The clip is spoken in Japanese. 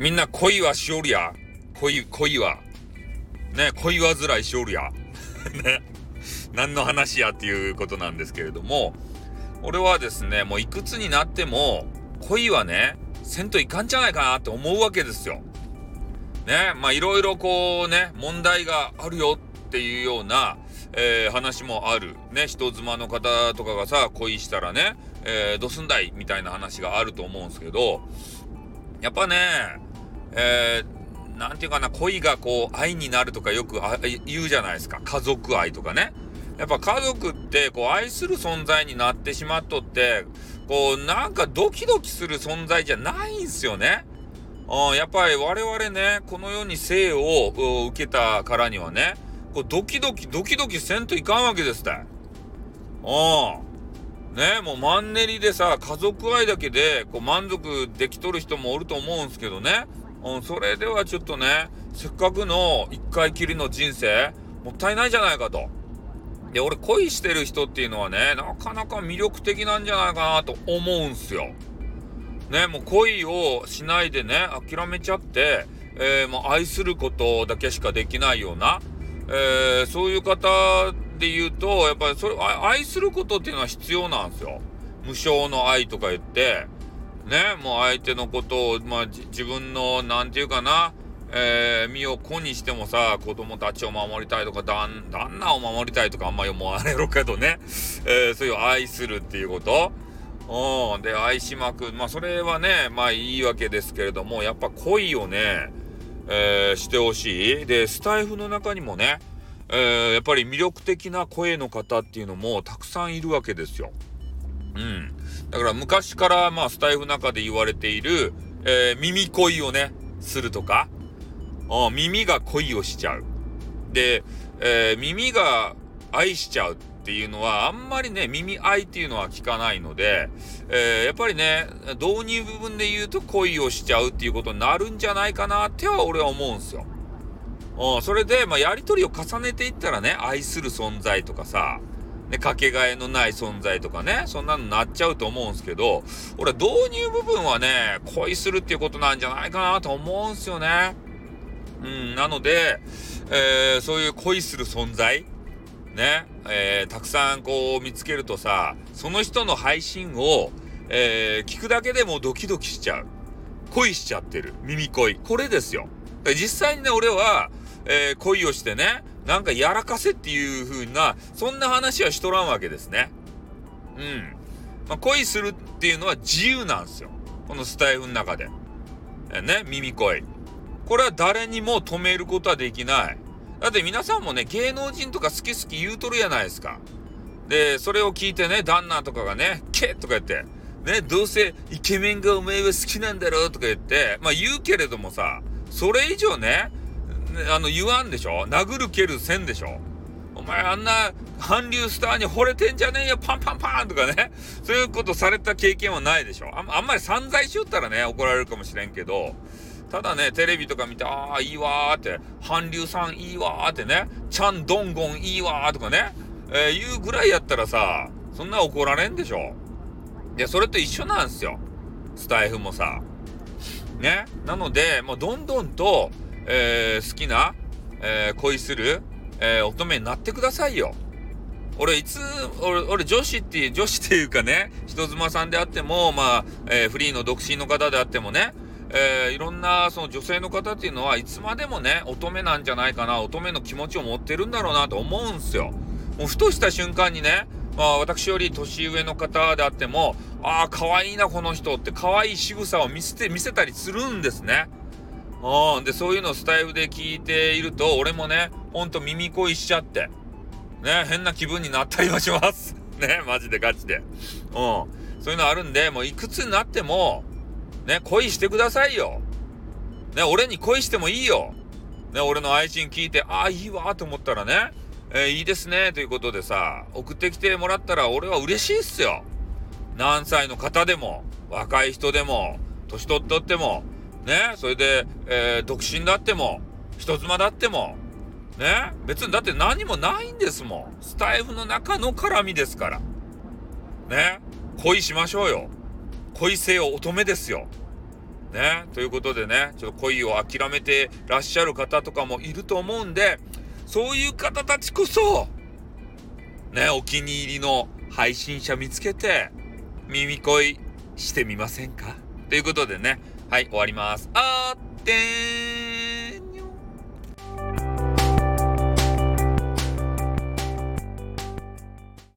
みんな恋はしおるや。恋は。ね、恋煩いしおるや。ね。何の話やっていうことなんですけれども、俺はですね、もういくつになっても、恋はね、せんといかんじゃないかなって思うわけですよ。ね、まあいろいろこうね、問題があるよっていうような、話もある。ね、人妻の方とかがさ、恋したらね、どうすんだいみたいな話があると思うんですけど、やっぱね、なんていうかな、恋がこう愛になるとかよく言うじゃないですか。家族愛とかね。やっぱ家族ってこう愛する存在になってしまっとって、こうなんかドキドキする存在じゃないんすよね。やっぱり我々ね、この世に生を受けたからにはね、こうドキドキせんといかんわけですって。ね、もうマンネリでさ、家族愛だけでこう満足できとる人もおると思うんすけどね。それではちょっとね、せっかくの一回きりの人生、もったいないじゃないかと。で、俺恋してる人っていうのはね、なかなか魅力的なんじゃないかなと思うんすよ。ね、もう恋をしないでね、諦めちゃって、もう愛することだけしかできないような、そういう方で言うと、やっぱりそれ、愛することっていうのは必要なんですよ。無償の愛とか言って、ね、もう相手のことを、まあ、自分の、なんていうかな、身を粉にしてもさ、子供たちを守りたいとか、旦那を守りたいとかあんまり思われるけどね、そういう愛するっていうこと。で、愛しまく。まあ、それはね、まあいいわけですけれども、やっぱ恋をね、してほしい。で、スタイフの中にもね、やっぱり魅力的な声の方っていうのもたくさんいるわけですよ。だから昔からまあスタイフの中で言われている、耳恋をね、するとか、耳が恋をしちゃう。で、耳が愛しちゃうっていうのはあんまりね、耳愛っていうのは聞かないので、やっぱりね、導入部分で言うと恋をしちゃうっていうことになるんじゃないかなっては俺は思うんですよ。それで、まあ、やりとりを重ねていったらね、愛する存在とかさ、ね、かけがえのない存在とかね、そんなのなっちゃうと思うんですけど、俺は導入部分はね、恋するっていうことなんじゃないかなと思うんですよね。なので、そういう恋する存在、ね、たくさんこう見つけるとさ、その人の配信を、聞くだけでもドキドキしちゃう。恋しちゃってる。耳恋。これですよ。実際にね、俺は、恋をしてね、なんかやらかせっていう風な、そんな話はしとらんわけですね。まあ、恋するっていうのは自由なんですよ。このスタイフの中で。ね、耳恋。これは誰にも止めることはできない。だって皆さんもね、芸能人とか好き言うとるやないですか。で、それを聞いてね、旦那とかがね、けとか言って、ね、どうせイケメンがお前は好きなんだろうとか言って、まあ言うけれどもさ、それ以上ね、言わんでしょ？殴る蹴るせんでしょ？お前あんな韓流スターに惚れてんじゃねえよ、パンパンパンとかね、そういうことされた経験はないでしょ？あんまり散財しよったらね、怒られるかもしれんけど、ただね、テレビとか見て、ああ、いいわーって、韓流さんいいわーってね、チャンドンゴンいいわーとかね、言うぐらいやったらさ、そんな怒られんでしょ？いや、それと一緒なんですよ。スタイフもさ。ね。なので、もうどんどんと、好きな、恋する、乙女になってくださいよ。俺女子っていうかね、人妻さんであっても、まあ、フリーの独身の方であってもね、いろんなその女性の方っていうのはいつまでもね、乙女なんじゃないかな、乙女の気持ちを持ってるんだろうなと思うんすよ。もうふとした瞬間にね、まあ私より年上の方であっても、ああ、可愛いなこの人って可愛い仕草を見せたりするんですね。で、そういうのをスタイフで聞いていると、俺もね、ほんと耳恋しちゃって、ね、変な気分になったりはします。ね、マジでガチで。そういうのあるんで、もういくつになっても、ね、恋してくださいよ。ね、俺に恋してもいいよ。ね、俺の愛人聞いて、ああ、いいわと思ったらね、いいですね、ということでさ、送ってきてもらったら俺は嬉しいっすよ。何歳の方でも、若い人でも、年取っとっても、ね、それで、独身だっても、人妻だっても、ね、別にだって何もないんですもん。スタイフの中の絡みですから。ね、恋しましょうよ。恋せよ乙女ですよ。 ね。ということでね、ちょっと恋を諦めてらっしゃる方とかもいると思うんで、そういう方たちこそ、ね、お気に入りの配信者見つけて、耳恋してみませんかということでね、はい、終わります。あーってー